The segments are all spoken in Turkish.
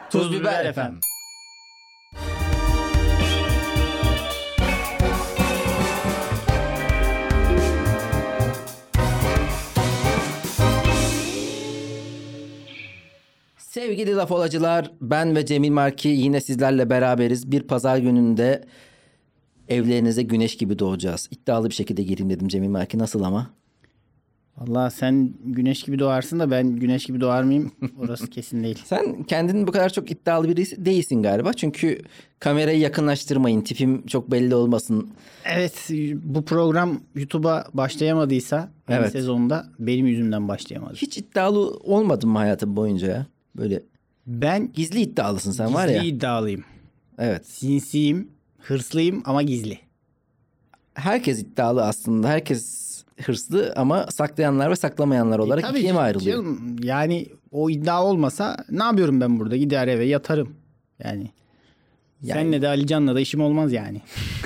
Tuz Biber efendim. Sevgili laf olacılar, ben ve Cemil Marki yine sizlerle beraberiz. Bir pazar gününde evlerinize güneş gibi doğacağız. İddialı bir şekilde gireyim dedim Cemil Marki. Nasıl ama? Vallahi sen güneş gibi doğarsın da ben güneş gibi doğar mıyım? Orası kesin değil. Sen kendini bu kadar çok iddialı biri değilsin galiba. Çünkü kamerayı yakınlaştırmayın, tipim çok belli olmasın. Evet, bu program YouTube'a başlayamadıysa yeni Evet. sezonda benim yüzümden başlayamadı. Hiç iddialı olmadın mı hayatın boyunca ya? Böyle Ben gizli iddialısın sen var ya. gizli iddialıyım. Evet. Sinsiyim, hırslıyım ama gizli. Herkes iddialı aslında. Herkes hırslı ama saklayanlar ve saklamayanlar olarak Tabii ikiye mi ayrılıyor? canım, yani o iddia olmasa ne yapıyorum ben burada? Gider eve yatarım. Yani senle de Alican'la da işim olmaz yani.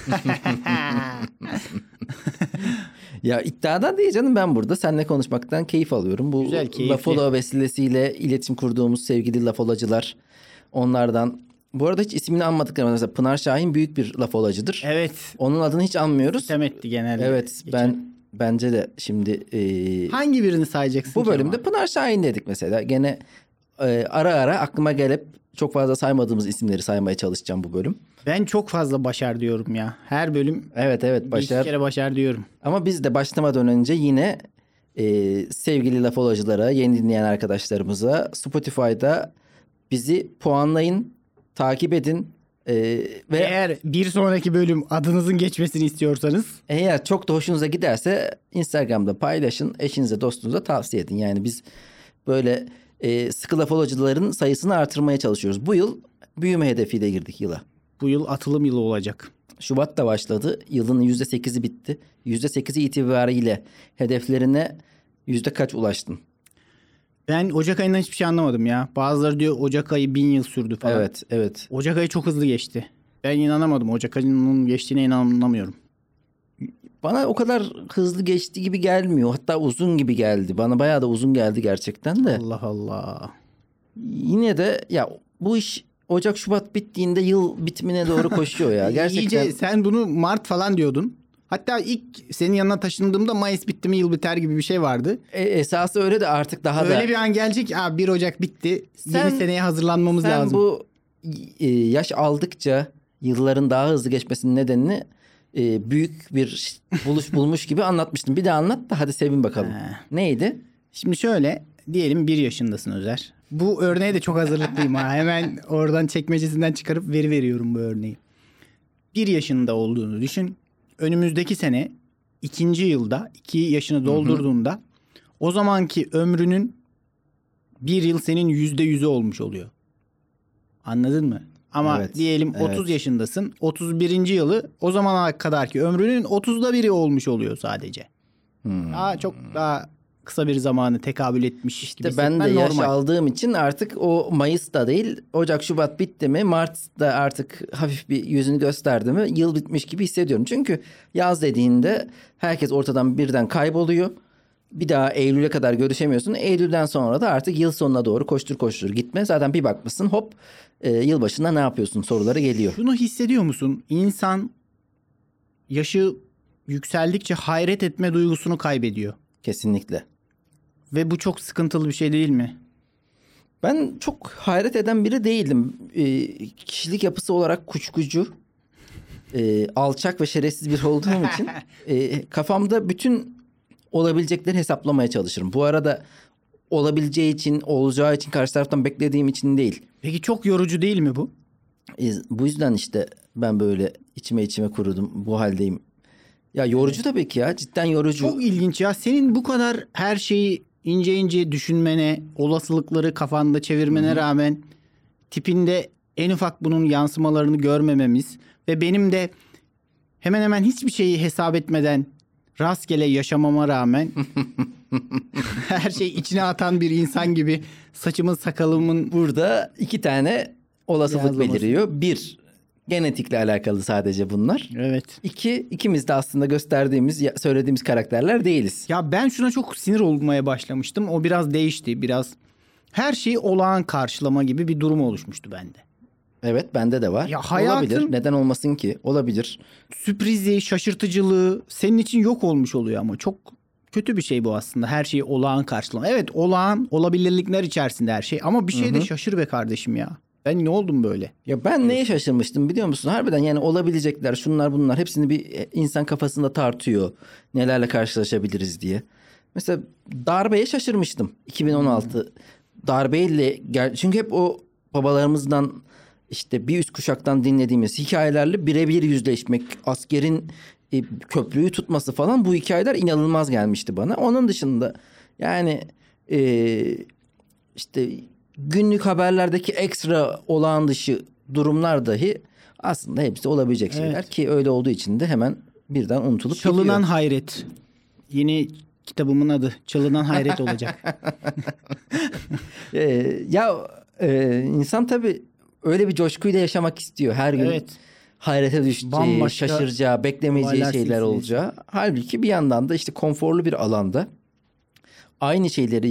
Ya iddiadan değil canım, ben burada seninle konuşmaktan keyif alıyorum. Bu Güzel, keyifli. Lafolo vesilesiyle iletişim kurduğumuz sevgili lafolacılar, onlardan. Bu arada hiç ismini anmadıklarım. Mesela Pınar Şahin büyük bir lafolacıdır. Evet. Onun adını hiç anmıyoruz. Sitem etti genelde. Evet, bence de şimdi Hangi birini sayacaksın bu ki bölümde ama? Pınar Şahin dedik mesela. Gene ara ara aklıma gelip çok fazla saymadığımız isimleri saymaya çalışacağım bu bölüm. Ben çok fazla başar diyorum ya. Her bölüm Evet bir iki başar. kere başar diyorum. Ama biz de başlamadan önce yine sevgili lafolacılara, yeni dinleyen arkadaşlarımıza Spotify'da bizi puanlayın, takip edin. Ve Eğer bir sonraki bölüm adınızın geçmesini istiyorsanız eğer çok da hoşunuza giderse Instagram'da paylaşın, eşinize, dostunuza tavsiye edin. Yani biz böyle sıkı lafolacıların sayısını artırmaya çalışıyoruz. Bu yıl büyüme hedefiyle girdik yıla. bu yıl atılım yılı olacak. Şubat'ta başladı. Yılın %8'i bitti. %8'i itibariyle hedeflerine yüzde kaç ulaştın? Ben Ocak ayından hiçbir şey anlamadım ya. Bazıları diyor Ocak ayı 1000 yıl sürdü falan. Evet. Ocak ayı çok hızlı geçti. Ben inanamadım. Ocak ayının geçtiğine inanamıyorum. Bana o kadar hızlı geçti gibi gelmiyor. Hatta uzun gibi geldi. Bana bayağı da uzun geldi gerçekten de. Allah Allah. Yine de ya bu iş Ocak Şubat bittiğinde yıl bitimine doğru koşuyor ya. Gerçekten. İyice sen bunu Mart falan diyordun. Hatta ilk senin yanına taşındığımda Mayıs bitti mi yıl biter gibi bir şey vardı. Esası öyle de artık daha Öyle da. bir an gelecek. 1 Ocak bitti. Sen- Yeni seneye hazırlanmamız Sen lazım. bu yaş aldıkça yılların daha hızlı geçmesinin nedenini büyük bir buluş bulmuş gibi anlatmıştın. Bir de anlat da hadi sevin bakalım. Neydi? Şimdi şöyle diyelim 1 yaşındasın Özer. Bu örneğe de çok hazırlıklıyım ha. Hemen oradan çekmecesinden çıkarıp veri veriyorum bu örneği. 1 yaşında olduğunu düşün. Önümüzdeki sene 2. yılda 2 yaşını doldurduğunda o zamanki ömrünün 1 yıl senin %100'ü olmuş oluyor. Anladın mı? Ama Evet, diyelim 30 yaşındasın. 31. yılı o zamana kadarki ömrünün 30'da biri olmuş oluyor sadece. Çok daha kısa bir zamanı tekabül etmiş gibi İşte ben de hissetmen yaş normal. aldığım için artık o Mayıs'ta değil, Ocak Şubat bitti mi, Mart'ta artık hafif bir yüzünü gösterdi mi yıl bitmiş gibi hissediyorum. Çünkü yaz dediğinde herkes ortadan birden kayboluyor. Bir daha Eylül'e kadar görüşemiyorsun. Eylül'den sonra da artık yıl sonuna doğru koştur gitme. Zaten bir bakmışsın hop yılbaşında ne yapıyorsun soruları geliyor. Şunu hissediyor musun? İnsan yaşı yükseldikçe hayret etme duygusunu kaybediyor. Kesinlikle. Ve bu çok sıkıntılı bir şey değil mi? Ben çok hayret eden biri değildim. Kişilik yapısı olarak kuşkucu, alçak ve şerefsiz biri olduğum için kafamda bütün olabilecekleri hesaplamaya çalışırım. Bu arada olabileceği için, olacağı için, karşı taraftan beklediğim için değil. Peki çok yorucu değil mi bu? Bu yüzden işte ben böyle içime kurudum, bu haldeyim. Ya yorucu tabii ki ya, cidden yorucu. Çok ilginç ya. Senin bu kadar her şeyi ince ince düşünmene, olasılıkları kafanda çevirmene rağmen tipinde en ufak bunun yansımalarını görmememiz ve benim de hemen hemen hiçbir şeyi hesap etmeden rastgele yaşamama rağmen her şey içine atan bir insan gibi saçımın sakalımın Burada iki tane olasılık Yazılması. beliriyor. Bir, genetikle alakalı sadece bunlar. evet. İki, ikimiz de aslında gösterdiğimiz, söylediğimiz karakterler değiliz. Ya ben şuna çok sinir olmaya başlamıştım. O biraz değişti. Biraz Her şeyi olağan karşılama gibi bir durum oluşmuştu bende. Evet, bende de var. Ya hayatın- Olabilir. Neden olmasın ki? Olabilir. Sürprizi, şaşırtıcılığı senin için yok olmuş oluyor ama çok kötü bir şey bu aslında. Her şeyi olağan karşılama. Evet, olağan, olabilirlikler içerisinde her şey ama bir şeyde şaşır be kardeşim ya. Ben ne oldum böyle? Ya ben neye şaşırmıştım biliyor musun? Harbiden yani olabilecekler, şunlar bunlar hepsini bir insan kafasında tartıyor. Nelerle karşılaşabiliriz diye. Mesela darbeye şaşırmıştım. 2016 darbeyle çünkü hep o babalarımızdan işte bir üst kuşaktan dinlediğimiz hikayelerle birebir yüzleşmek, askerin köprüyü tutması falan, bu hikayeler inanılmaz gelmişti bana. Onun dışında yani işte günlük haberlerdeki ekstra olağan dışı durumlar dahi aslında hepsi olabilecek şeyler, Evet. ki öyle olduğu için de hemen birden unutulup Çalınan gidiyor. Hayret. Yeni kitabımın adı Çalınan Hayret olacak. İnsan tabii öyle bir coşkuyla yaşamak istiyor. Her gün Evet. hayrete düşeceği, Bambaşka şaşıracağı, beklemeyeceği olaylar şeyler silsilesi. olacağı. Halbuki bir yandan da işte konforlu bir alanda aynı şeyleri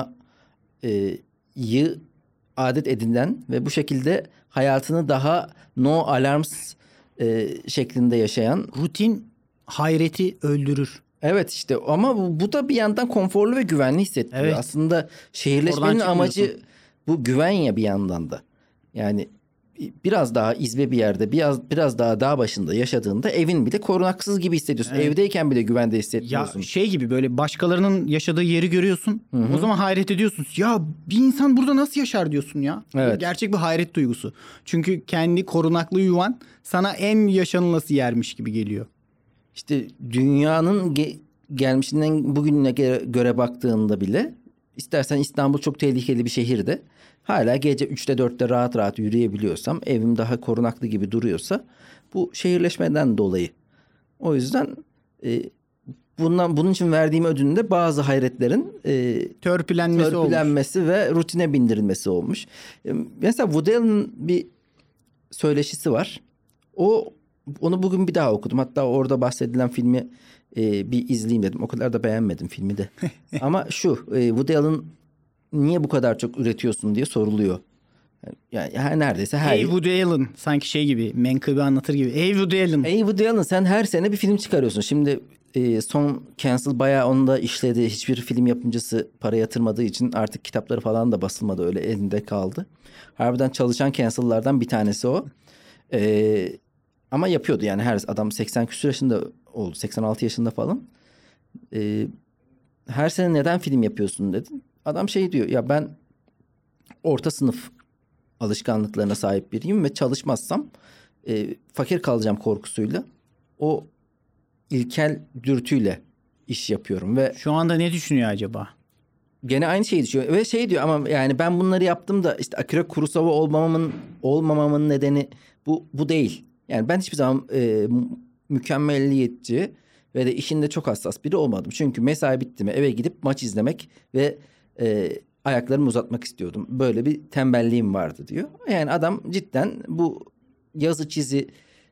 yapmayı adet edinen ve bu şekilde hayatını daha no alarms şeklinde yaşayan. Rutin hayreti öldürür. Evet işte, ama bu da bir yandan konforlu ve güvenli hissettiriyor. Evet. Aslında şehirleşmenin Oradan amacı çıkmıyorsun. bu güven ya bir yandan da. Yani biraz daha izbe bir yerde, biraz daha dağ başında yaşadığında evin bile korunaksız gibi hissediyorsun. Evet. Evdeyken bile güvende Ya hissetmiyorsun. şey gibi böyle başkalarının yaşadığı yeri görüyorsun. O zaman hayret ediyorsun. Ya bir insan burada nasıl yaşar diyorsun ya. Evet. Gerçek bir hayret duygusu. Çünkü kendi korunaklı yuvan sana en yaşanılası yermiş gibi geliyor. İşte dünyanın gelmişinden bugüne göre baktığında bile, istersen İstanbul çok tehlikeli bir şehirde, hala gece 3'te 4'te rahat rahat yürüyebiliyorsam, evim daha korunaklı gibi duruyorsa, bu şehirleşmeden dolayı. O yüzden bunun için verdiğim ödülün de bazı hayretlerin törpülenmesi ve rutine bindirilmesi olmuş. Mesela Woody Allen'ın bir söyleşisi var. Onu bugün bir daha okudum. Hatta orada bahsedilen filmi bir izleyeyim dedim. O kadar da beğenmedim filmi de. Ama Woody Allen niye bu kadar çok üretiyorsun diye soruluyor. Yani neredeyse her Hey Woody Allen, sanki şey gibi, menkıbe anlatır gibi. Hey Woody Allen. Hey Woody Allen, sen her sene bir film çıkarıyorsun. Şimdi son Cancel bayağı onu da işledi. Hiçbir film yapımcısı para yatırmadığı için artık kitapları falan da basılmadı. Öyle elinde kaldı. Harbiden çalışan Cancel'lardan bir tanesi o. Ama yapıyordu yani, her adam 80 küsur yaşında oldu. 86 yaşında falan. Her sene neden film yapıyorsun dedim. Adam şey diyor ya, ben orta sınıf alışkanlıklarına sahip biriyim ve çalışmazsam fakir kalacağım korkusuyla, o ilkel dürtüyle iş yapıyorum ve Şu anda ne düşünüyor acaba? gene aynı şeyi düşünüyor ve şey diyor, ama yani ben bunları yaptım da işte Akira Kurosawa olmamamın nedeni bu değil. Yani ben hiçbir zaman mükemmelliyetçi ve de işinde çok hassas biri olmadım. Çünkü mesai bitti mi eve gidip maç izlemek ve ayaklarımı uzatmak istiyordum. Böyle bir tembelliğim vardı diyor. Yani adam cidden bu yazı çizi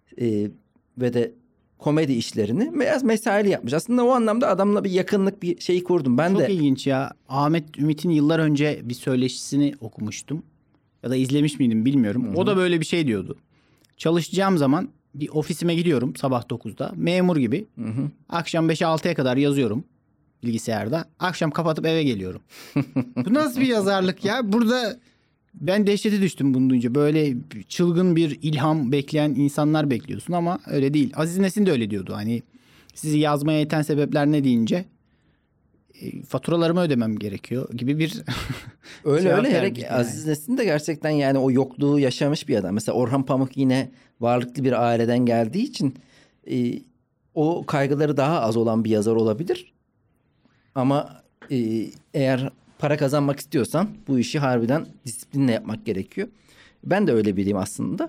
ve de komedi işlerini biraz mesaili yapmış. Aslında o anlamda adamla bir yakınlık, bir şey kurdum. Ben Çok de ilginç ya. Ahmet Ümit'in yıllar önce bir söyleşisini okumuştum. Ya da izlemiş miydim bilmiyorum. O da böyle bir şey diyordu. Çalışacağım zaman bir ofisime gidiyorum sabah 9'da. Memur gibi. Akşam 5'e 6'ya kadar yazıyorum bilgisayarda. Akşam kapatıp eve geliyorum. Bu nasıl bir yazarlık ya? Burada ben dehşete düştüm bunu duyunca. Böyle çılgın bir ilham bekleyen insanlar bekliyorsun ama öyle değil. Aziz Nesin de öyle diyordu. Hani sizi yazmaya iten sebepler ne deyince faturalarımı ödemem gerekiyor gibi bir öyle cevap öyle. vermişti yani. Aziz Nesin de gerçekten yani o yokluğu yaşamış bir adam. Mesela Orhan Pamuk yine varlıklı bir aileden geldiği için o kaygıları daha az olan bir yazar olabilir. Ama eğer para kazanmak istiyorsan bu işi harbiden disiplinle yapmak gerekiyor. Ben de öyle biriyim aslında.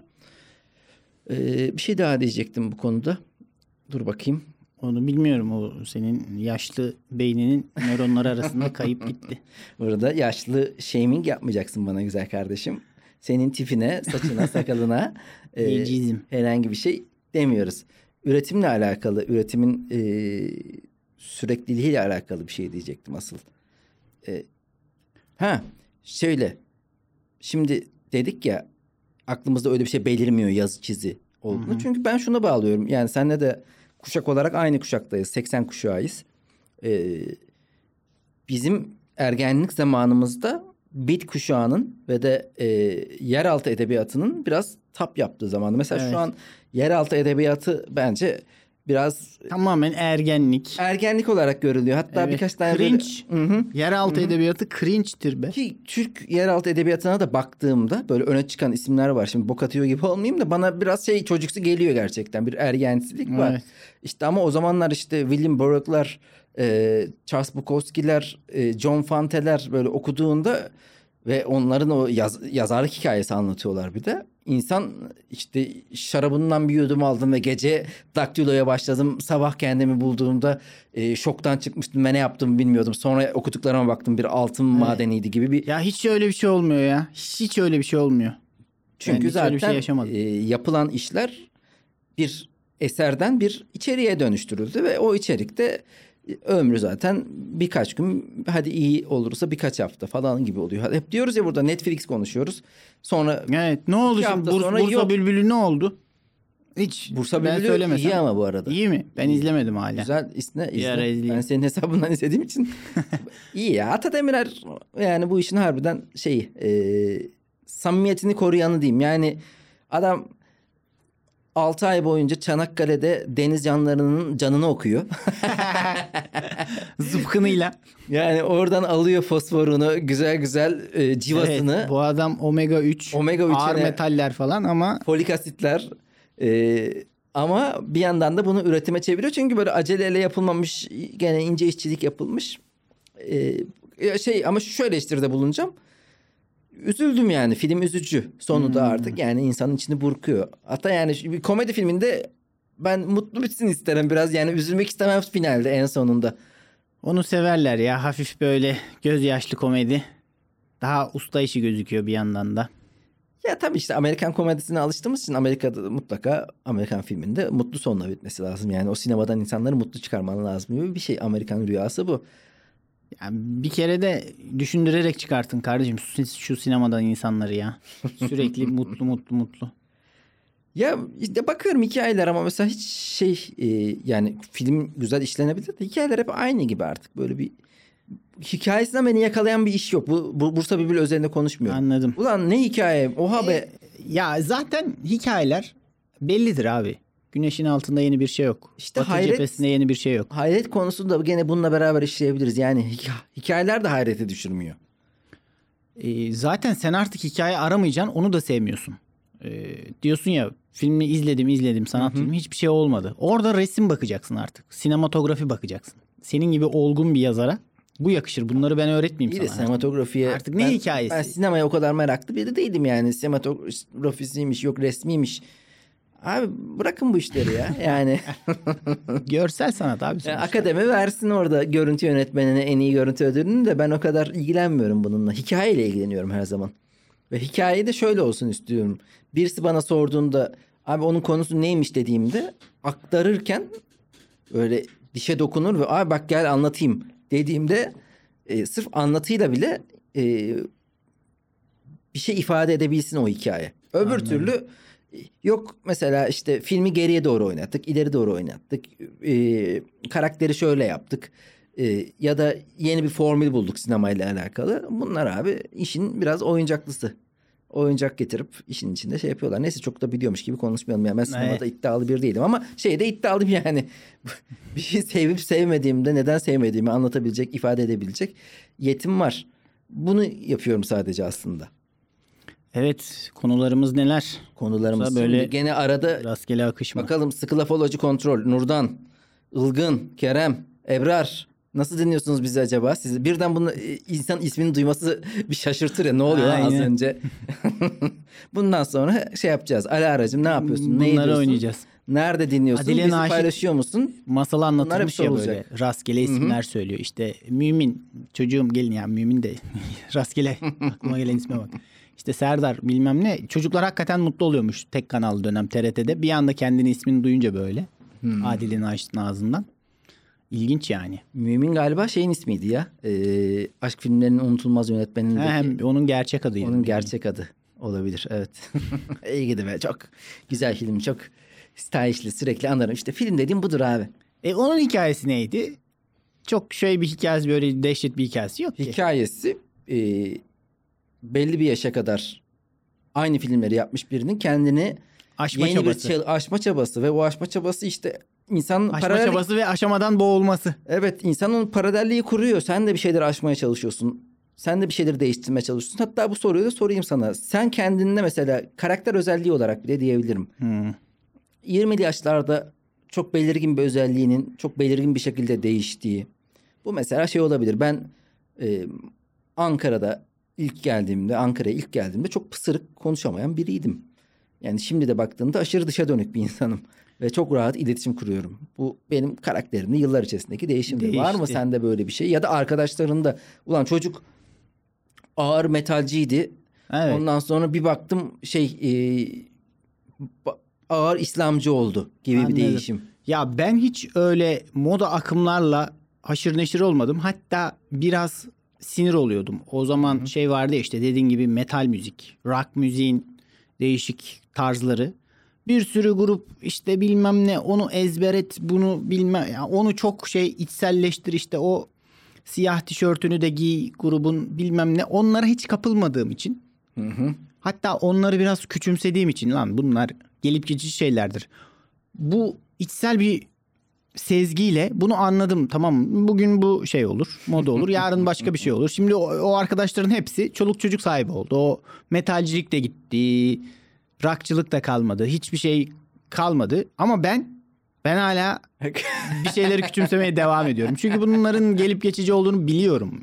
Bir şey daha diyecektim bu konuda. Dur bakayım. Onu bilmiyorum. O senin yaşlı beyninin nöronları arasında kayıp gitti. Burada yaşlı shaming yapmayacaksın bana güzel kardeşim. Senin tipine, saçına, sakalına Yecizim. herhangi bir şey demiyoruz. Üretimle alakalı, üretimin sürekliliğiyle alakalı bir şey diyecektim asıl. Şöyle. Şimdi dedik ya aklımızda öyle bir şey belirmiyor yazı çizi olduğunu. Hı hı. Çünkü ben şuna bağlıyorum. Yani senle de kuşak olarak aynı kuşaktayız. 80 kuşağıyız. Ee, Bizim ergenlik zamanımızda Beat kuşağının ve de yeraltı edebiyatının biraz tap yaptığı zamanı. Mesela Evet. şu an yeraltı edebiyatı bence biraz Tamamen ergenlik. ergenlik olarak görülüyor. Hatta Evet, birkaç tane cringe. böyle... Hı hı. Yeraltı edebiyatı cringe'tir be. Ki Türk yeraltı edebiyatına da baktığımda böyle öne çıkan isimler var. Şimdi bok atıyor gibi olmayayım da bana biraz çocuksu geliyor gerçekten. Bir ergensilik var. Evet. İşte ama o zamanlar işte William Burroughs'lar, Charles Bukowski'ler, John Fante'ler böyle okuduğunda ve onların o yazarlık hikayesi anlatıyorlar bir de. İnsan işte şarabından bir yudum aldım ve gece daktiloya başladım. Sabah kendimi bulduğumda şoktan çıkmıştım ve ne yaptığımı bilmiyordum. Sonra okuduklarıma baktım bir altın madeniydi gibi bir. Ya hiç öyle bir şey olmuyor ya. Hiç öyle bir şey olmuyor. Çünkü hiç öyle bir şey zaten yaşamadım. yapılan işler bir eserden bir içeriğe dönüştürüldü ve o içerikte ömrü zaten birkaç gün, hadi iyi olursa birkaç hafta falan gibi oluyor. Hep diyoruz ya burada Netflix konuşuyoruz. Sonra Evet, ne oldu İki şimdi? hafta sonra Bursa yok. Bülbülü ne oldu? Hiç Bursa ben Bülbülü söylemesem. iyi ama bu arada. İyi mi? Ben izlemedim hala. Güzel Bir ara izle. izleyeyim. Ben senin hesabından izlediğim için. İyi ya. Ata Demirer yani bu işin harbiden samimiyetini koruyanı diyeyim. Yani adam 6 ay boyunca Çanakkale'de deniz canlarının canını okuyor. Zıpkınıyla. Yani oradan alıyor fosforunu, güzel güzel civasını, Evet, bu adam omega 3, Omega 3'üne ağır metaller falan ama folik asitler. Ama bir yandan da bunu üretime çeviriyor. Çünkü böyle aceleyle yapılmamış, gene ince işçilik yapılmış. Ama şu eleştiride bulunacağım. Üzüldüm yani, film üzücü. Sonu da artık yani insanın içini burkuyor. Hatta yani bir komedi filminde ben mutlu bitsin isterim biraz. Yani üzülmek istemem finalde, en sonunda. onu severler ya. Hafif böyle gözyaşlı komedi. Daha usta işi gözüküyor bir yandan da. Ya tabii işte Amerikan komedisine alıştığımız için Amerika'da mutlaka Amerikan filminde mutlu sonla bitmesi lazım. Yani o sinemadan insanları mutlu çıkarman lazım gibi bir şey. Amerikan rüyası bu. Yani bir kere de düşündürerek çıkartın kardeşim şu sinemadan insanları ya. Sürekli mutlu mutlu mutlu. Ya işte bakıyorum hikayeler ama mesela hiç yani film güzel işlenebilir de hikayeler hep aynı gibi artık. Böyle bir hikayesinden beni yakalayan bir iş yok. Bu Bursa Bülbül özelinde konuşmuyorum. Anladım. Ulan ne hikaye? Oha be. Ya zaten hikayeler bellidir abi. Güneşin altında yeni bir şey yok. İşte Batı hayret- cephesinde yeni bir şey yok. Hayret konusunda gene bununla beraber işleyebiliriz. Yani hikayeler de hayrete düşürmüyor. Zaten sen artık hikaye aramayacaksın, onu da sevmiyorsun. Diyorsun ya, filmi izledim sanat filmi, hiçbir şey olmadı. Orada resim bakacaksın artık. Sinematografi bakacaksın. Senin gibi olgun bir yazara bu yakışır. Bunları ben öğretmeyeyim İyi de sana. sinematografiye... Artık ne hikayesi? Ben sinemaya o kadar meraklı biri değilim yani. Sinematografisiymiş, yok resmiymiş. Abi bırakın bu işleri ya. Yani Görsel sanat abi sonuçta. akademi versin orada görüntü yönetmenine en iyi görüntü ödülünü de ben o kadar ilgilenmiyorum bununla. Hikayeyle ilgileniyorum her zaman. Ve hikaye de şöyle olsun istiyorum. Birisi bana sorduğunda abi onun konusu neymiş dediğimde aktarırken öyle dişe dokunur ve abi bak gel anlatayım dediğimde sırf anlatıyla bile bir şey ifade edebilsin o hikaye. Öbür Anladım. türlü yok mesela işte filmi geriye doğru oynattık, ileri doğru oynattık. Karakteri şöyle yaptık. Ya da yeni bir formül bulduk sinemayla alakalı. Bunlar abi işin biraz oyuncaklısı. Oyuncak getirip işin içinde şey yapıyorlar. Neyse çok da biliyormuş gibi konuşmayalım. Yani ben sinemada iddialı bir değilim ama şeyde iddialıyım yani. Bir şey sevip sevmediğimde neden sevmediğimi anlatabilecek, ifade edebilecek yetim var. Bunu yapıyorum sadece aslında. Evet, konularımız neler? Konularımız Böyle böyle gene arada rastgele akış mı? bakalım skilafoloji kontrol, Nurdan, Ilgın, Kerem, Ebrar. Nasıl dinliyorsunuz bizi acaba? Siz birden bunu insan ismini duyması bir şaşırtır ya. Ne oluyor lan az Aynen. önce? Bundan sonra şey yapacağız. Ali Aracığım ne yapıyorsun? Ne Bunları ediyorsun? oynayacağız. Nerede dinliyorsun? Adile Bizi Naşit- paylaşıyor musun? Masal anlatılmış hep ya böyle. sorulacak. Rastgele isimler söylüyor. İşte Mümin, çocuğum gelin ya, Mümin de rastgele aklıma gelen isme bak. İşte Serdar bilmem ne. Çocuklar hakikaten mutlu oluyormuş tek kanal dönem TRT'de. Bir anda kendini ismini duyunca böyle. Adile Naşit'in ağzından. İlginç yani. Mümin galiba şeyin ismiydi ya. Aşk filmlerinin unutulmaz yönetmenindeki. Hem onun gerçek adıydı. Onun gerçek adı olabilir. Evet. İyi gidi be. Çok güzel film. Çok stylishli. Sürekli anlarım. İşte film dediğim budur abi. Onun hikayesi neydi? Çok bir hikayesi, böyle dehşet bir hikayesi yok ki. Hikayesi belli bir yaşa kadar aynı filmleri yapmış birinin kendini Aşma yeni çabası. bir aşma çabası ve o aşma çabası işte insanın Aşma çabası ve aşamadan boğulması. Evet, insanın paralelliği kuruyor. Sen de bir şeyler aşmaya çalışıyorsun. Sen de bir şeyleri değiştirmeye çalışıyorsun. Hatta bu soruyu da sorayım sana. Sen kendinde mesela karakter özelliği olarak bile diyebilirim. 20'li yaşlarda çok belirgin bir özelliğinin çok belirgin bir şekilde değiştiği. Bu mesela şey olabilir. Ben Ankara'ya ilk geldiğimde çok pısırık konuşamayan biriydim. Yani şimdi de baktığımda aşırı dışa dönük bir insanım. Ve çok rahat iletişim kuruyorum. Bu benim karakterimde yıllar içerisindeki değişimdi. Değişti. Var mı sende böyle bir şey? Ya da arkadaşlarında ulan çocuk ağır metalciydi. Evet. Ondan sonra bir baktım ağır İslamcı oldu gibi Anladım. bir değişim. Ya ben hiç öyle moda akımlarla haşır neşir olmadım. Hatta biraz sinir oluyordum. O zaman vardı ya, işte dediğin gibi metal müzik, rock müziğin değişik tarzları. Bir sürü grup işte bilmem ne, onu ezber et, bunu bilmem, yani onu çok içselleştir, işte o siyah tişörtünü de giy grubun bilmem ne, onlara hiç kapılmadığım için. Hatta onları biraz küçümsediğim için, lan bunlar gelip geçici şeylerdir. Bu içsel bir sezgiyle bunu anladım. Tamam, bugün bu olur, moda olur, yarın başka bir şey olur. Şimdi o arkadaşların hepsi çoluk çocuk sahibi oldu. O metalcilik de gitti, rockçılık da kalmadı, hiçbir şey kalmadı. Ama ben hala bir şeyleri küçümsemeye devam ediyorum. Çünkü bunların gelip geçici olduğunu biliyorum.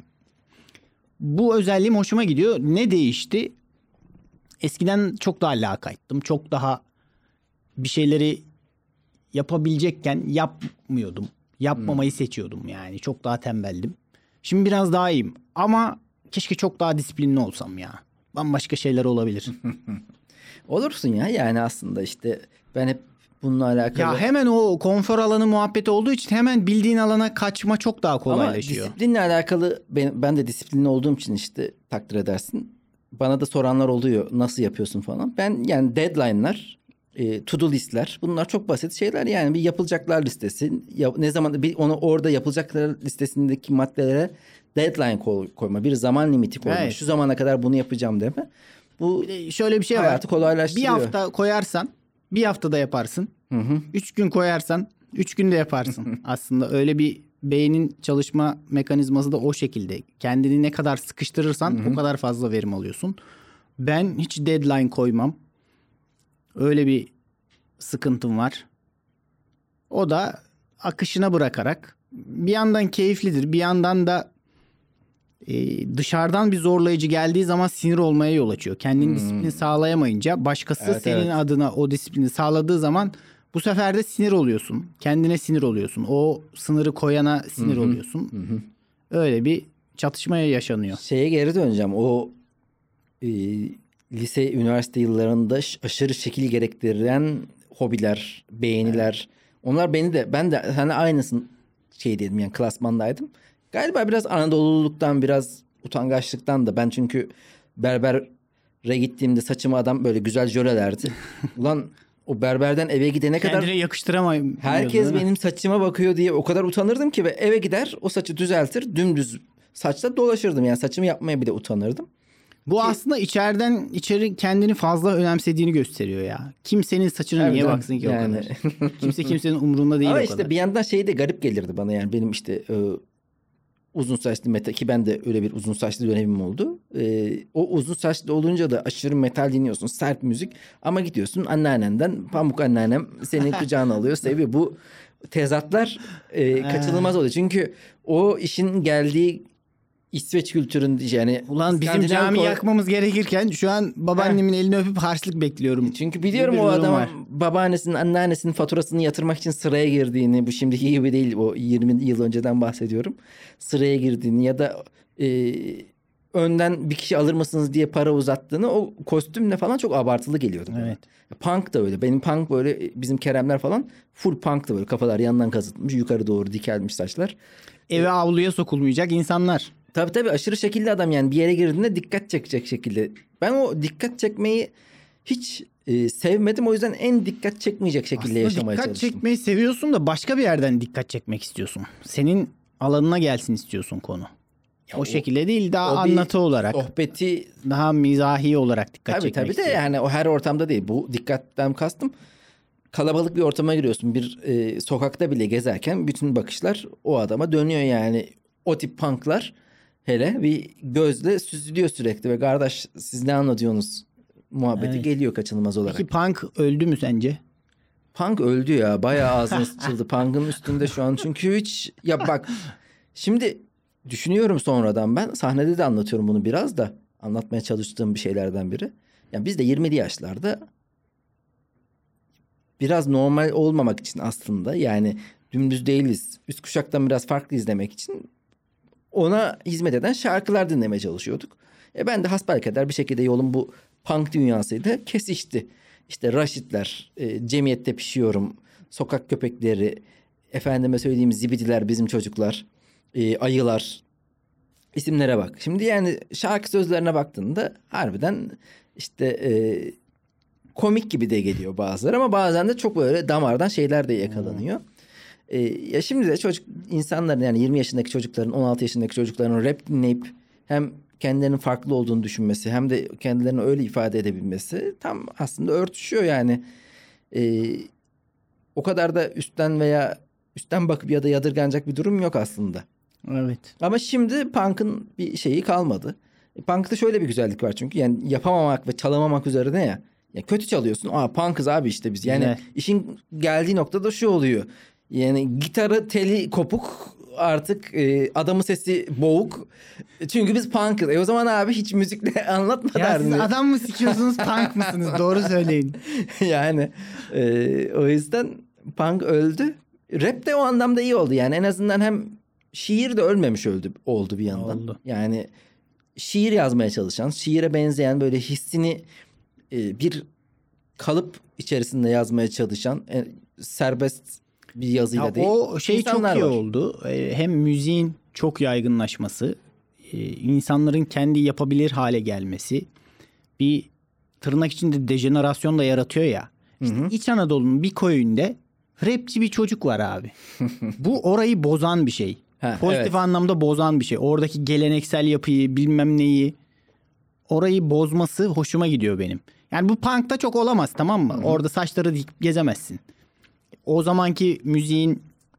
Bu özelliğim hoşuma gidiyor. Ne değişti? Eskiden çok daha lakayttım. Çok daha bir şeyleri yapabilecekken yapmıyordum. Yapmamayı seçiyordum yani. Çok daha tembeldim. Şimdi biraz daha iyiyim. Ama keşke çok daha disiplinli olsam ya. Bambaşka şeyler olabilir. Olursun ya, yani aslında işte ben hep bununla alakalı. Ya hemen o konfor alanı muhabbeti olduğu için hemen bildiğin alana kaçma çok daha kolaylaşıyor. Ama disiplinle alakalı ben de disiplinli olduğum için işte takdir edersin. Bana da soranlar oluyor, nasıl yapıyorsun falan. Ben yani deadline'lar, to do listler, bunlar çok basit şeyler. Yani bir yapılacaklar listesi. Ne zaman onu orada yapılacaklar listesindeki maddelere deadline koyma, bir zaman limiti koyma. Evet. Şu zamana kadar bunu yapacağım deme. Bu Şöyle bir şey var. hayatı kolaylaştırıyor. Bir hafta koyarsan bir haftada yaparsın. 3 gün koyarsan 3 günde yaparsın. Aslında öyle bir beynin çalışma mekanizması da o şekilde. Kendini ne kadar sıkıştırırsan o kadar fazla verim alıyorsun. Ben hiç deadline koymam. Öyle bir sıkıntım var. O da akışına bırakarak, bir yandan keyiflidir, bir yandan da dışarıdan bir zorlayıcı geldiği zaman sinir olmaya yol açıyor. Kendini disiplini sağlayamayınca başkası senin adına o disiplini sağladığı zaman bu sefer de sinir oluyorsun. Kendine sinir oluyorsun. O sınırı koyana sinir oluyorsun. Öyle bir çatışmaya yaşanıyor. Şeye geri döneceğim. O lise, üniversite yıllarında aşırı şekil gerektiren hobiler, beğeniler. Onlar ben de hani aynısın dedim, yani klasmandaydım. Galiba biraz Anadoluluktan, biraz utangaçlıktan da. Ben çünkü berbere gittiğimde saçımı adam böyle güzel jölelerdi. Ulan o berberden eve gidene kadar Kendine yakıştıramayım. herkes benim saçıma bakıyor diye o kadar utanırdım ki, ve eve gider o saçı düzeltir, dümdüz saçla dolaşırdım. Yani saçımı yapmaya bile utanırdım. Bu aslında içeriden içeri kendini fazla önemsediğini gösteriyor ya. Kimsenin saçına niye Harbiden baksın ki yani. o kadar? Kimsenin umurunda değil Ama o işte kadar. bir yandan şey de garip gelirdi bana, yani benim işte uzun saçlı metal, ki ben de öyle bir uzun saçlı dönemim oldu. O uzun saçlı olunca da aşırı metal dinliyorsun, sert müzik, ama gidiyorsun anneannenden, pamuk anneannem senin kucağına alıyor, seviyor. Bu tezatlar kaçınılmaz oluyor. Çünkü o işin geldiği İsveç kültürün, yani Ulan bizim İskandinav cami yakmamız gerekirken şu an babaannemin elini öpüp harçlık bekliyorum. Çünkü biliyorum Bir o durum adamın var. babaannesinin, anneannesinin faturasını yatırmak için sıraya girdiğini, bu şimdiki gibi değil, o 20 yıl önceden bahsediyorum. Sıraya girdiğini ya da önden bir kişi alır mısınız diye para uzattığını o kostümle falan çok abartılı geliyordu bana. Evet. Punk da öyle. Benim punk böyle bizim Keremler falan full punk da böyle kafalar yandan kazıtmış yukarı doğru dikelmiş saçlar. Eve avluya sokulmayacak insanlar. Tabii aşırı şekilli adam yani bir yere girdiğinde dikkat çekecek şekilde. Ben o dikkat çekmeyi hiç sevmedim. O yüzden en dikkat çekmeyecek şekilde Aslında yaşamaya dikkat çalıştım. çekmeyi seviyorsun da başka bir yerden dikkat çekmek istiyorsun. Senin alanına gelsin istiyorsun konu. Ya o şekilde değil, daha o bir anlatı olarak, sohbeti daha mizahi olarak dikkat çekmek tabii de istiyorsun. yani o her ortamda değil. Bu dikkatten kastım kalabalık bir ortama giriyorsun. Bir sokakta bile gezerken bütün bakışlar o adama dönüyor yani. O tip punklar hele bir gözle süzülüyor sürekli ve kardeş siz ne anlatıyorsunuz muhabbeti Evet. geliyor kaçınılmaz olarak. Peki punk öldü mü sence? Punk öldü ya. Bayağı ağzına sıçıldı. Punk'ın üstünde şu an. Çünkü hiç... Ya bak şimdi düşünüyorum sonradan ben. Sahnede de anlatıyorum bunu biraz da. Anlatmaya çalıştığım bir şeylerden biri. Yani biz de 20'li yaşlarda biraz normal olmamak için aslında yani dümdüz değiliz. Üst kuşaktan biraz farklı izlemek için ona hizmet eden şarkılar dinlemeye çalışıyorduk. Ben de hasbelkader bir şekilde yolum bu punk dünyasıyla kesişti. İşte Raşitler, Cemiyette Pişiyorum, Sokak Köpekleri, efendime söyleyeyim Zibidiler Bizim Çocuklar, Ayılar. İsimlere bak. Şimdi yani şarkı sözlerine baktığında harbiden işte komik gibi de geliyor bazıları ama bazen de çok böyle damardan şeyler de yakalanıyor. Ya şimdi de çocuk insanların yani 20 yaşındaki çocukların 16 yaşındaki çocukların rap dinleyip hem kendilerinin farklı olduğunu düşünmesi hem de kendilerini öyle ifade edebilmesi tam aslında örtüşüyor yani. O kadar da üstten bakıp ya da yadırganacak bir durum yok aslında. Evet. Ama şimdi punk'ın bir şeyi kalmadı. Punk'ta şöyle bir güzellik var çünkü yani yapamamak ve çalamamak üzerine ya. Ya kötü çalıyorsun. Punk'ız abi işte biz. Yani Güzel. işin geldiği noktada şu oluyor. Yani gitarı teli kopuk artık adamın sesi boğuk. Çünkü biz punk'ız. O zaman abi hiç müzikle anlatma Ya siz derdini. adam mı sikiyorsunuz, punk mısınız? Doğru söyleyin. Yani o yüzden punk öldü. Rap de o anlamda iyi oldu. Yani en azından hem şiir de ölmemiş oldu bir yandan. Oldu. Yani şiir yazmaya çalışan, şiire benzeyen böyle hissini bir kalıp içerisinde yazmaya çalışan serbest bir yazıyla Ya değil. o şey İnsanlar çok iyi var. oldu. Hem müziğin çok yaygınlaşması, insanların kendi yapabilir hale gelmesi, bir tırnak içinde dejenerasyon da yaratıyor ya. İşte İç Anadolu'nun bir köyünde rapçi bir çocuk var abi. Bu orayı bozan bir şey. Ha, Pozitif evet. anlamda bozan bir şey. Oradaki geleneksel yapıyı bilmem neyi, orayı bozması hoşuma gidiyor benim. Yani bu punk'ta çok olamaz, tamam mı? Orada saçları dikip gezemezsin. O zamanki müziğin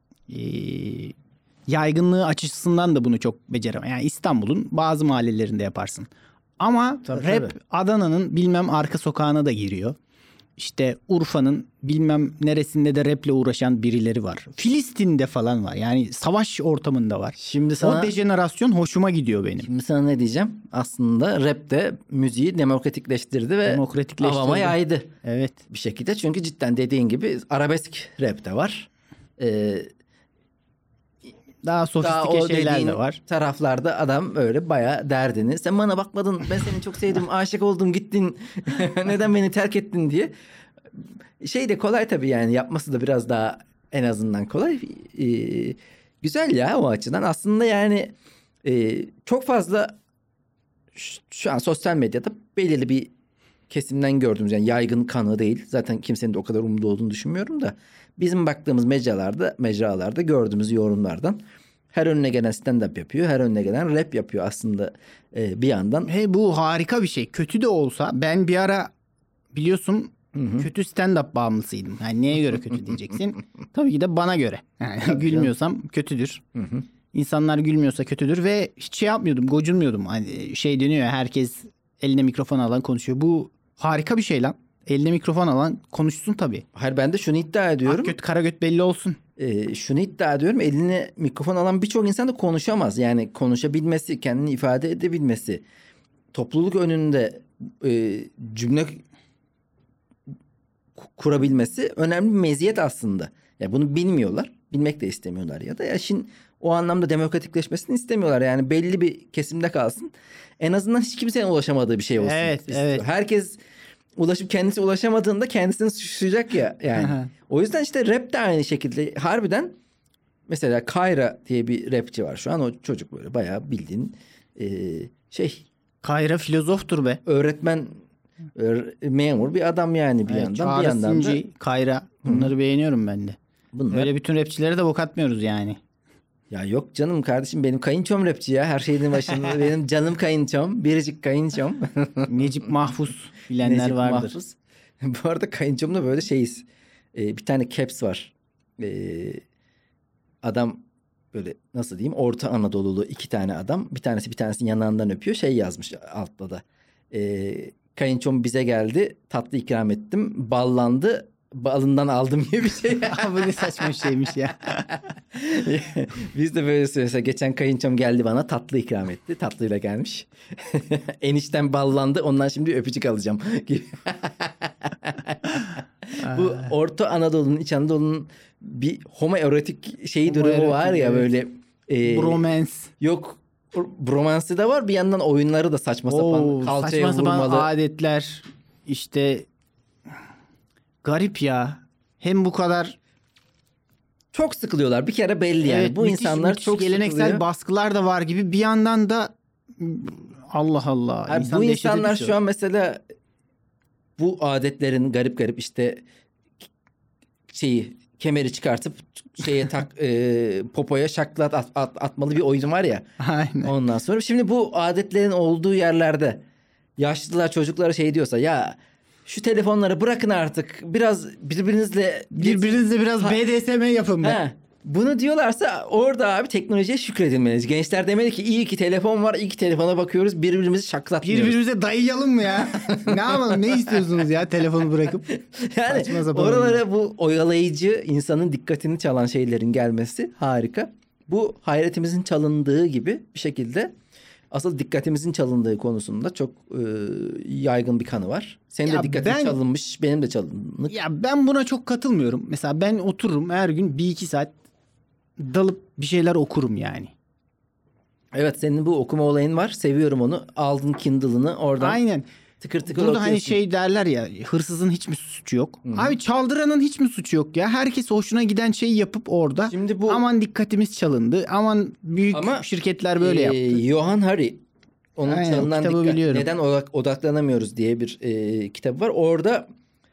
yaygınlığı açısından da bunu çok beceremem. Yani İstanbul'un bazı mahallelerinde yaparsın. Ama Tabii, rap tabii. Adana'nın bilmem arka sokağına da giriyor. İşte Urfa'nın bilmem neresinde de raple uğraşan birileri var. Filistin'de falan var. Yani savaş ortamında var. Şimdi O sana dejenerasyon hoşuma gidiyor benim. Şimdi sana ne diyeceğim? Aslında rap de müziği demokratikleştirdi ve Demokratikleştirdi. avama yaydı. Evet. Bir şekilde. Çünkü cidden dediğin gibi arabesk rap de var. Daha Daha sofistike o şeyler dediğin de var. taraflarda adam öyle bayağı derdini. Sen bana bakmadın, ben seni çok sevdim, aşık oldum, gittin. Neden beni terk ettin diye. Şey de kolay tabii yani yapması da biraz daha en azından kolay. Güzel ya o açıdan. Aslında yani çok fazla şu an sosyal medyada belirli bir kesimden gördüğümüz yani yaygın kanı değil. Zaten kimsenin de o kadar umurunda olduğunu düşünmüyorum da bizim baktığımız mecralarda gördüğümüz yorumlardan her önüne gelen stand-up yapıyor. Her önüne gelen rap yapıyor aslında bir yandan. Hey, bu harika bir şey. Kötü de olsa ben bir ara biliyorsun kötü stand-up bağımlısıydım. Yani neye göre kötü diyeceksin? Tabii ki de bana göre. Yani gülmüyorsam kötüdür. İnsanlar gülmüyorsa kötüdür ve hiç şey yapmıyordum, gocunmuyordum. Hani şey deniyor ya, herkes eline mikrofon alan konuşuyor. Bu harika bir şey lan. Eline mikrofon alan konuşsun tabii. Hayır ben de şunu iddia ediyorum. Ak göt kara göt belli olsun. Şunu iddia ediyorum. Eline mikrofon alan birçok insan da konuşamaz. Yani konuşabilmesi, kendini ifade edebilmesi, topluluk önünde cümle kurabilmesi önemli bir meziyet aslında. Ya bunu bilmiyorlar. Bilmek de istemiyorlar ya da ya şimdi o anlamda demokratikleşmesini istemiyorlar. Yani belli bir kesimde kalsın. En azından hiç kimsenin ulaşamadığı bir şey olsun. Evet, istiyor. evet. Herkes ulaşıp kendisi ulaşamadığında kendisini suçlayacak ya yani. O yüzden işte rap de aynı şekilde harbiden mesela Kayra diye bir rapçi var şu an. O çocuk böyle bayağı bildiğin şey Kayra filozoftur be. öğretmen memur bir adam yani bir Evet, yandan. Çağrı Bir yandan da Sinci, Kayra bunları beğeniyorum ben de. bunlar. Öyle bütün rapçilere de bok atmıyoruz yani. Ya yok canım kardeşim benim kayınçom rapçi ya. Her şeyin başında benim canım kayınçom. Biricik kayınçom. Necip Mahfuz bilenler Necip vardır. Mahfuz. Bu arada kayınçomla böyle şeyiz. Bir tane caps var. Adam böyle nasıl diyeyim Orta Anadolu'lu 2 tane adam. Bir tanesinin yanağından öpüyor. Şey yazmış altta da. Kayınçom bize geldi. Tatlı ikram ettim. Ballandı. Balından aldım gibi bir şey. Bu ne saçma şeymiş ya. Biz de böyle söylese geçen kayınçom geldi bana tatlı ikram etti. Tatlıyla gelmiş. Enişten ballandı ondan şimdi öpücük alacağım. Bu Orta Anadolu'nun İç Anadolu'nun bir homoerotik şeyi durumu var ya evet. böyle. Bromance. Yok bromansı da var bir yandan oyunları da saçma sapan kalçaya saçma sapan vurmalı. adetler işte garip ya. Hem bu kadar Çok sıkılıyorlar bir kere belli yani. evet, Bu insanlar müthiş çok geleneksel sıkılıyor. baskılar da var gibi bir yandan da Allah Allah. Yani insan bu dehşete insanlar düşüyor. şu an mesela bu adetlerin garip işte şeyi kemeri çıkartıp şeye popoya şaklat atmalı bir oyun var ya. Aynen. Ondan sonra şimdi bu adetlerin olduğu yerlerde yaşlılar çocuklara şey diyorsa ya şu telefonları bırakın artık biraz birbirinizle Birbirinizle biraz Ha- BDSM yapın be. Ha, bunu diyorlarsa orada abi teknolojiye şükredilmeliyiz. Gençler demeli ki iyi ki telefon var, iyi ki telefona bakıyoruz, birbirimizi şaklatmıyoruz. Birbirimize dayayalım mı ya? Ne yapalım? Ne istiyorsunuz ya telefonu bırakıp? Yani Saçma sapan oralara bu oyalayıcı insanın dikkatini çalan şeylerin gelmesi harika. Bu hayretimizin çalındığı gibi bir şekilde asıl dikkatimizin çalındığı konusunda çok yaygın bir kanı var. Senin Ya de dikkatin ben- çalınmış, benim de çalınmış. Ya ben buna çok katılmıyorum. Mesela ben otururum her gün 1-2 saat dalıp bir şeyler okurum yani. Evet senin bu okuma olayın var. Seviyorum onu. Aldın Kindle'ını oradan Aynen. tıkır tıkır Burada hani okuyorsun. şey derler ya hırsızın hiç mi suçu yok? Abi çaldıranın hiç mi suçu yok ya? Herkes hoşuna giden şeyi yapıp orada Şimdi bu aman dikkatimiz çalındı. Aman büyük Ama, şirketler böyle yaptı. Johan Hari onun Aynen, o çalınan kitabı dikkat biliyorum. neden odaklanamıyoruz diye bir kitabı var. Orada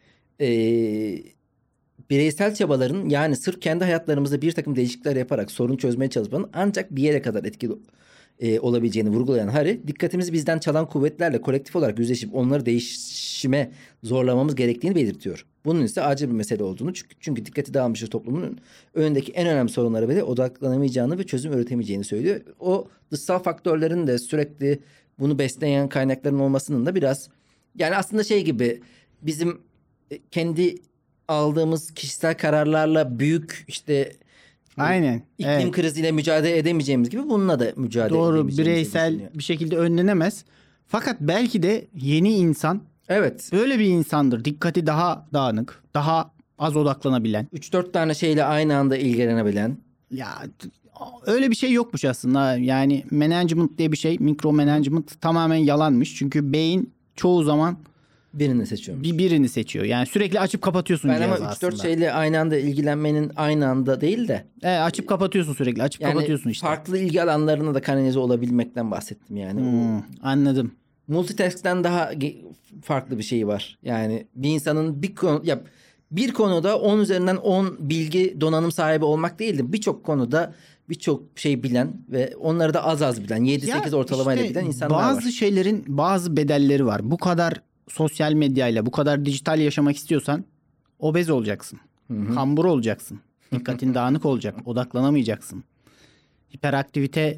bireysel çabaların yani sırf kendi hayatlarımızda bir takım değişiklikler yaparak sorun çözmeye çalışmanın ancak bir yere kadar etkili olabileceğini vurgulayan Hari, dikkatimizi bizden çalan kuvvetlerle kolektif olarak yüzleşip onları değişime zorlamamız gerektiğini belirtiyor. Bunun ise acil bir mesele olduğunu çünkü dikkati dağılmış bir toplumun önündeki en önemli sorunlara bile odaklanamayacağını ve çözüm üretemeyeceğini söylüyor. O dışsal faktörlerin de sürekli bunu besleyen kaynakların olmasının da biraz yani aslında şey gibi bizim kendi aldığımız kişisel kararlarla büyük işte Aynen. iklim Evet. kriziyle mücadele edemeyeceğimiz gibi bununla da mücadele Doğru, edemeyeceğimizi bireysel düşünüyor. bir şekilde önlenemez. Fakat belki de yeni insan Evet. böyle bir insandır. Dikkati daha dağınık, daha az odaklanabilen. 3-4 tane şeyle aynı anda ilgilenebilen. Ya öyle bir şey yokmuş aslında. Yani management diye bir şey, mikro management tamamen yalanmış. Çünkü beyin çoğu zaman Birini seçiyorum. birini seçiyor. Yani sürekli açıp kapatıyorsun Ben ama cihazı 3-4 aslında. şeyle aynı anda ilgilenmenin aynı anda değil de Açıp kapatıyorsun sürekli. Açıp yani kapatıyorsun işte. farklı ilgi alanlarına da kanalize olabilmekten bahsettim yani. Anladım. Multitask'ten daha farklı bir şey var. Yani bir insanın bir konuda 10 üzerinden 10 bilgi donanım sahibi olmak değil de birçok konuda birçok şey bilen ve onları da az az bilen 7-8 ortalamayla işte bilen insanlar bazı var. şeylerin bazı bedelleri var. Bu kadar sosyal medyayla, bu kadar dijital yaşamak istiyorsan obez olacaksın. Kambur olacaksın. Dikkatin dağınık olacak. Odaklanamayacaksın. Hiperaktivite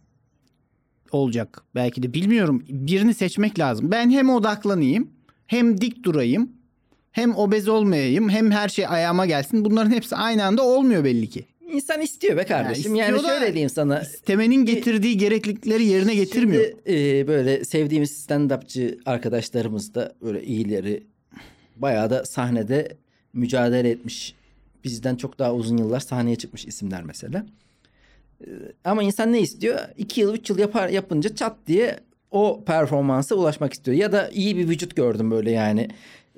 olacak. Belki de bilmiyorum. Birini seçmek lazım. Ben hem odaklanayım, hem dik durayım, hem obez olmayayım, hem her şey ayağıma gelsin. Bunların hepsi aynı anda olmuyor belli ki. İnsan istiyor be kardeşim. Ya Yani istiyor da şöyle diyeyim sana. İstemenin getirdiği gereklilikleri yerine getirmiyor. Şimdi böyle sevdiğimiz stand-upçı arkadaşlarımız da böyle iyileri bayağı da sahnede mücadele etmiş. Bizden çok daha uzun yıllar sahneye çıkmış isimler mesela. Ama insan ne istiyor? 2 yıl 3 yıl yapınca çat diye o performansa ulaşmak istiyor. Ya da iyi bir vücut gördüm böyle yani.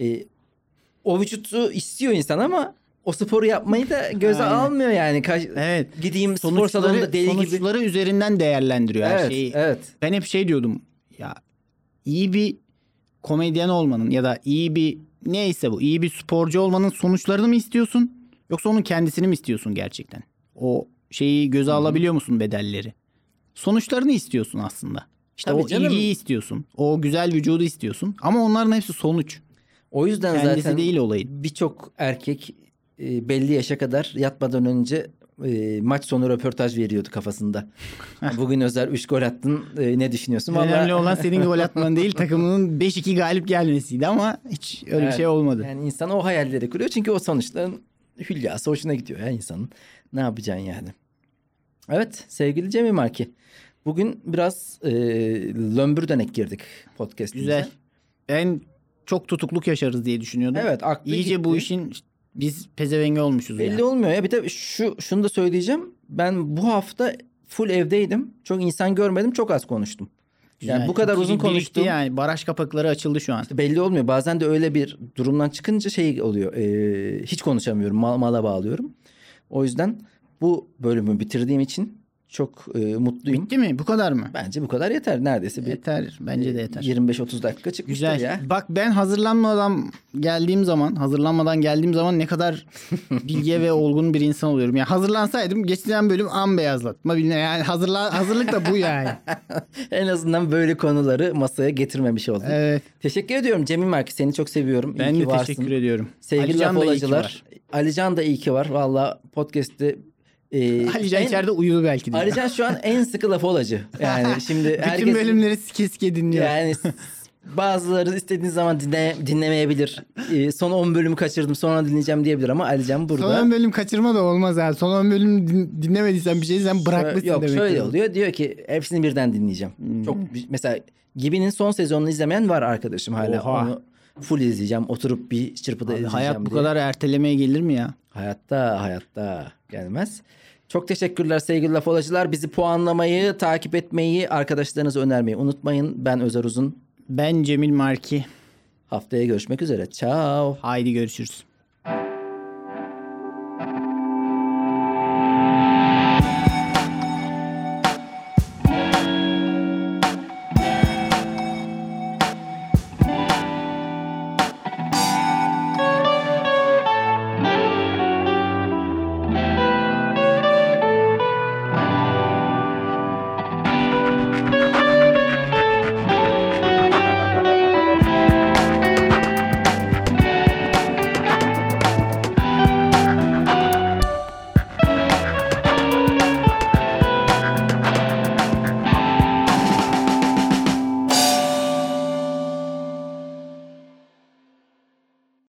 O vücutu istiyor insan ama o sporu yapmayı da göze Aynen. almıyor yani. Evet. Gideyim spor salonunda deli gibi. Sonuçları üzerinden değerlendiriyor her Evet, şeyi. evet. Ben hep şey diyordum ya, iyi bir komedyen olmanın ya da iyi bir neyse bu iyi bir sporcu olmanın sonuçlarını mı istiyorsun yoksa onun kendisini mi istiyorsun gerçekten? O şeyi göze alabiliyor musun, bedelleri? Sonuçlarını istiyorsun aslında. İşte Tabii o canım. ilgiyi istiyorsun. O güzel vücudu istiyorsun. Ama onların hepsi sonuç. O yüzden Kendisi zaten değil olayın. birçok erkek belli yaşa kadar yatmadan önce maç sonu röportaj veriyordu kafasında. Bugün Özer 3 gol attın, ne düşünüyorsun? Önemli olan senin gol atman değil, takımının 5-2 galip gelmesiydi ama hiç öyle bir şey olmadı. Yani insan o hayalleri kuruyor çünkü o sonuçların hülyası hoşuna gidiyor ya insanın. Ne yapacaksın yani? Evet sevgili Cemil Marki. Bugün biraz lömbür dönek girdik podcast'imize. Güzel. Ben çok tutukluk yaşarız diye düşünüyordum. Evet, aklı İyice gitti. bu işin biz pezevengi olmuşuz Belli ya. olmuyor ya. Bir de şunu da söyleyeceğim. Ben bu hafta full evdeydim. Çok insan görmedim. Çok az konuştum. Güzel. Yani bu kadar Çünkü uzun birikti konuştum. yani. Baraj kapakları açıldı şu an. Belli olmuyor. Bazen de öyle bir durumdan çıkınca şey oluyor. Hiç konuşamıyorum. Mala bağlıyorum. O yüzden bu bölümü bitirdiğim için çok mutluyum. Bitti mi? Bu kadar mı? Bence bu kadar yeter. Neredeyse bir Yeter. Bence de yeter. 25-30 dakika çıkmıştır Güzel. ya. Bak ben hazırlanmadan geldiğim zaman ne kadar bilge ve olgun bir insan oluyorum. Yani hazırlansaydım geçtiğim bölüm an beyazlatma. Yani hazırlık da bu yani. En azından böyle konuları masaya getirmemiş oldum. Evet. Teşekkür ediyorum Cemil Marki. Seni çok seviyorum. İyi Ben ki de varsın. teşekkür ediyorum. Sevgili Alican laf da iyi ki olacılar. var. Alican da iyi ki var. Valla podcast'te Alican içeride uyudu belki de. Alican şu an en sıkı laf olacı. Yani şimdi Bütün herkes bölümleri sike sike dinliyor. yani bazıları istediğiniz zaman dinlemeyebilir. Son 10 bölümü kaçırdım sonra dinleyeceğim diyebilir ama Alican burada. Son 10 bölüm kaçırma da olmaz ha. Son 10 bölüm dinlemediysen bir şeyi sen bırakmışsın Yok demek. şöyle ki. oluyor. Diyor ki hepsini birden dinleyeceğim. Çok mesela Gibi'nin son sezonunu izlemeyen var arkadaşım hala. Oha. Onu full izleyeceğim. Oturup bir çırpıda Abi, izleyeceğim hayat bu diye. kadar ertelemeye gelir mi ya? Hayatta gelmez. Çok teşekkürler sevgili laf olacılar. Bizi puanlamayı, takip etmeyi, arkadaşlarınıza önermeyi unutmayın. Ben Özer Uzun. Ben Cemil Marki. Haftaya görüşmek üzere. Ciao. Haydi görüşürüz.